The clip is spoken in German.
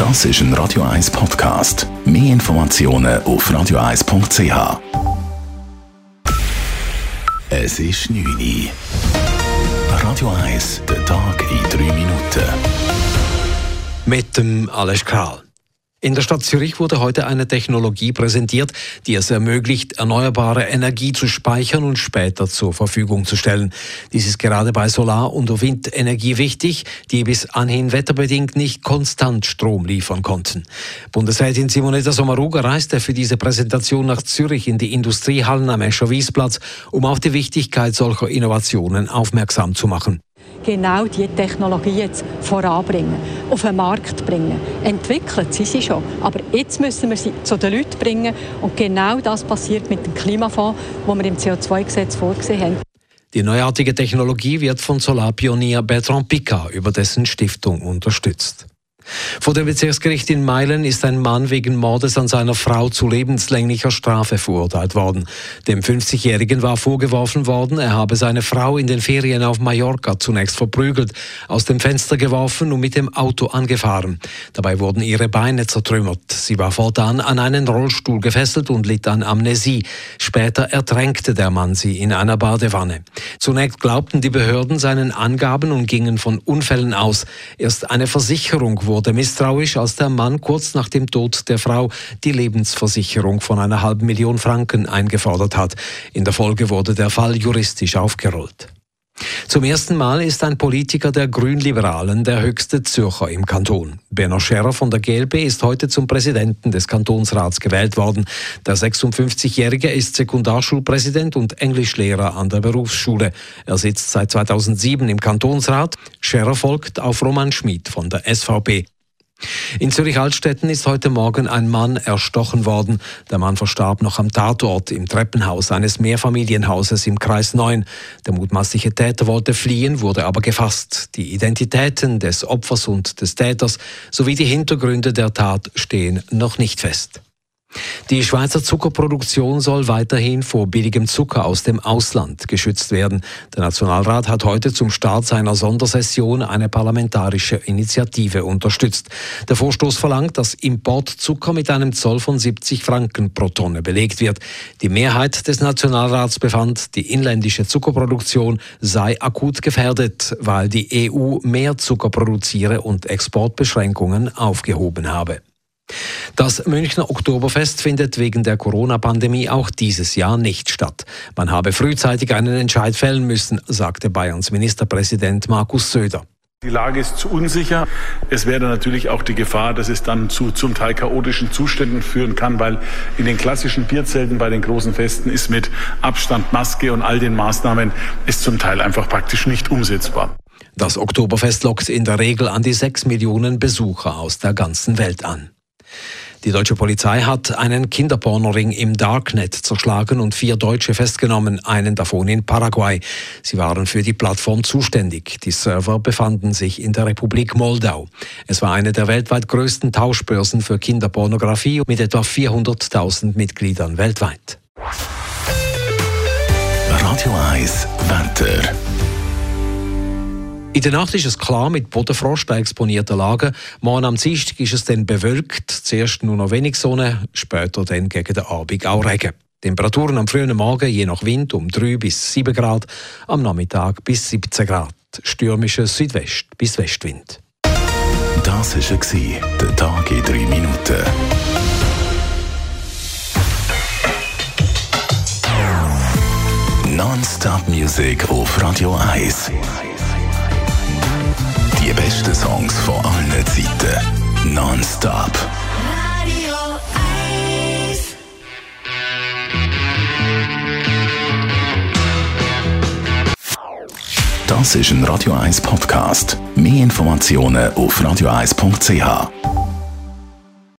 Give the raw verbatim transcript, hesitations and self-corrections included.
Das ist ein Radio eins Podcast. Mehr Informationen auf radio eins punkt c h. Es ist neun Uhr. Radio eins, der Tag in drei Minuten. Mit dem Ales Kral. In der Stadt Zürich wurde heute eine Technologie präsentiert, die es ermöglicht, erneuerbare Energie zu speichern und später zur Verfügung zu stellen. Dies ist gerade bei Solar- und Windenergie wichtig, die bis anhin wetterbedingt nicht konstant Strom liefern konnten. Bundesrätin Simonetta Sommaruga reiste für diese Präsentation nach Zürich in die Industriehallen am Escher-Wyss-Platz, um auf die Wichtigkeit solcher Innovationen aufmerksam zu machen. Genau diese Technologie jetzt voranbringen, auf den Markt bringen. Entwickelt sind sie schon, aber jetzt müssen wir sie zu den Leuten bringen. Und genau das passiert mit dem Klimafonds, den wir im C O zwei Gesetz vorgesehen haben. Die neuartige Technologie wird von Solarpionier Bertrand Piccard über dessen Stiftung unterstützt. Vor dem Bezirksgericht in Meilen ist ein Mann wegen Mordes an seiner Frau zu lebenslänglicher Strafe verurteilt worden. Dem fünfzigjährigen war vorgeworfen worden, er habe seine Frau in den Ferien auf Mallorca zunächst verprügelt, aus dem Fenster geworfen und mit dem Auto angefahren. Dabei wurden ihre Beine zertrümmert. Sie war fortan an einen Rollstuhl gefesselt und litt an Amnesie. Später ertränkte der Mann sie in einer Badewanne. Zunächst glaubten die Behörden seinen Angaben und gingen von Unfällen aus. Erst eine Versicherung wurde wurde misstrauisch, als der Mann kurz nach dem Tod der Frau die Lebensversicherung von einer halben Million Franken eingefordert hat. In der Folge wurde der Fall juristisch aufgerollt. Zum ersten Mal ist ein Politiker der Grünliberalen der höchste Zürcher im Kanton. Benno Scherer von der G L B ist heute zum Präsidenten des Kantonsrats gewählt worden. Der sechsundfünfzigjährige ist Sekundarschulpräsident und Englischlehrer an der Berufsschule. Er sitzt seit zweitausendsieben im Kantonsrat. Scherer folgt auf Roman Schmid von der S V P. In Zürich-Altstetten ist heute Morgen ein Mann erstochen worden. Der Mann verstarb noch am Tatort im Treppenhaus eines Mehrfamilienhauses im Kreis neun. Der mutmaßliche Täter wollte fliehen, wurde aber gefasst. Die Identitäten des Opfers und des Täters sowie die Hintergründe der Tat stehen noch nicht fest. Die Schweizer Zuckerproduktion soll weiterhin vor billigem Zucker aus dem Ausland geschützt werden. Der Nationalrat hat heute zum Start seiner Sondersession eine parlamentarische Initiative unterstützt. Der Vorstoß verlangt, dass Importzucker mit einem Zoll von siebzig Franken pro Tonne belegt wird. Die Mehrheit des Nationalrats befand, die inländische Zuckerproduktion sei akut gefährdet, weil die E U mehr Zucker produziere und Exportbeschränkungen aufgehoben habe. Das Münchner Oktoberfest findet wegen der Corona-Pandemie auch dieses Jahr nicht statt. Man habe frühzeitig einen Entscheid fällen müssen, sagte Bayerns Ministerpräsident Markus Söder. Die Lage ist zu unsicher. Es wäre natürlich auch die Gefahr, dass es dann zu zum Teil chaotischen Zuständen führen kann, weil in den klassischen Bierzelten bei den großen Festen ist mit Abstand, Maske und all den Maßnahmen ist zum Teil einfach praktisch nicht umsetzbar. Das Oktoberfest lockt in der Regel an die sechs Millionen Besucher aus der ganzen Welt an. Die deutsche Polizei hat einen Kinderpornoring im Darknet zerschlagen und vier Deutsche festgenommen, einen davon in Paraguay. Sie waren für die Plattform zuständig. Die Server befanden sich in der Republik Moldau. Es war eine der weltweit größten Tauschbörsen für Kinderpornografie mit etwa vierhunderttausend Mitgliedern weltweit. Radio eins Wetter. In der Nacht ist es klar mit Bodenfrost bei exponierter Lage. Morgen am Dienstag ist es dann bewölkt. Zuerst nur noch wenig Sonne, später dann gegen den Abend auch Regen. Temperaturen am frühen Morgen je nach Wind um drei bis sieben Grad, am Nachmittag bis siebzehn Grad. Stürmischer Südwest- bis Westwind. Das war der Tag in drei Minuten. Non-Stop-Musik auf Radio eins. Die besten Songs von allen Zeiten. Non-Stop. Radio eins. Das ist ein Radio eins Podcast. Mehr Informationen auf radio eins punkt c h.